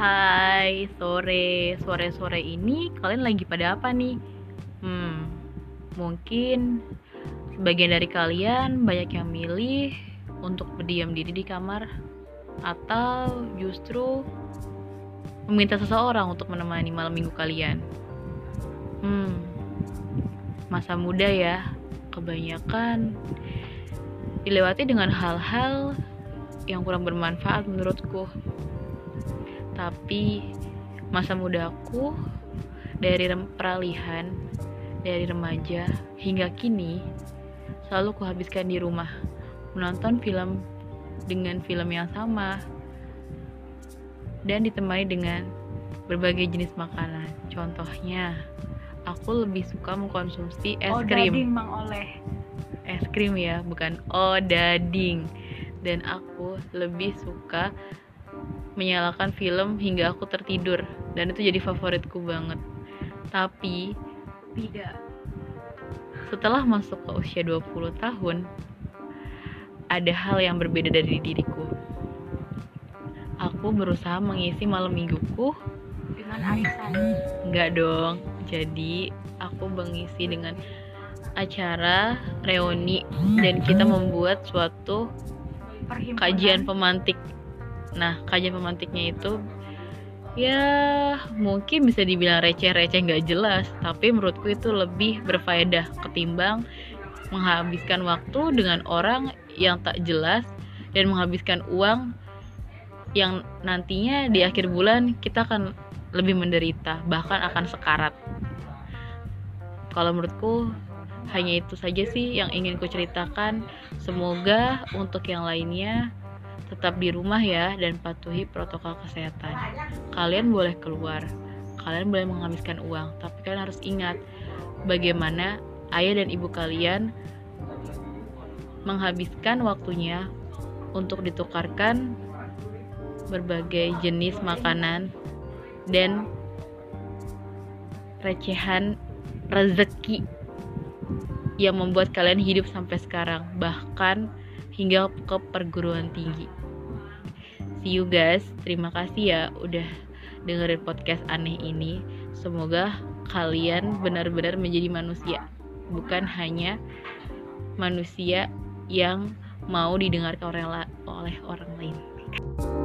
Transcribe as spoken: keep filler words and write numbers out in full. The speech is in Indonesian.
Hai, sore, sore-sore ini kalian lagi pada apa nih? Hmm, mungkin sebagian dari kalian banyak yang milih untuk berdiam diri di kamar, atau justru meminta seseorang untuk menemani malam minggu kalian. Hmm, masa muda ya, kebanyakan dilewati dengan hal-hal yang kurang bermanfaat menurutku. Tapi masa mudaku dari rem- peralihan dari remaja hingga kini selalu kuhabiskan di rumah, menonton film dengan film yang sama dan ditemani dengan berbagai jenis makanan. Contohnya, aku lebih suka mengkonsumsi es krim. Odading Mang Oleh. Es krim ya, bukan odading. Dan aku lebih suka menyalakan film hingga aku tertidur, dan itu jadi favoritku banget. Tapi Tidak. setelah masuk ke usia dua puluh tahun, ada hal yang berbeda dari diriku. Aku berusaha mengisi malam mingguku Dengan arisan. enggak dong. Jadi aku mengisi dengan acara reuni, dan kita membuat suatu Perhimpunan. kajian pemantik. Nah, kajian pemantiknya itu ya mungkin bisa dibilang receh-receh nggak jelas, tapi menurutku itu lebih berfaedah ketimbang menghabiskan waktu dengan orang yang tak jelas dan menghabiskan uang yang nantinya di akhir bulan kita akan lebih menderita, bahkan akan sekarat. Kalau menurutku hanya itu saja sih yang ingin ku ceritakan. Semoga untuk yang lainnya tetap di rumah ya, dan patuhi protokol kesehatan. Kalian boleh keluar, kalian boleh menghabiskan uang, tapi kalian harus ingat bagaimana ayah dan ibu kalian menghabiskan waktunya untuk ditukarkan berbagai jenis makanan dan recehan rezeki yang membuat kalian hidup sampai sekarang, bahkan hingga ke perguruan tinggi. See you guys, terima kasih ya udah dengerin podcast aneh ini. Semoga kalian benar-benar menjadi manusia, bukan hanya manusia yang mau didengarkan oleh orang lain.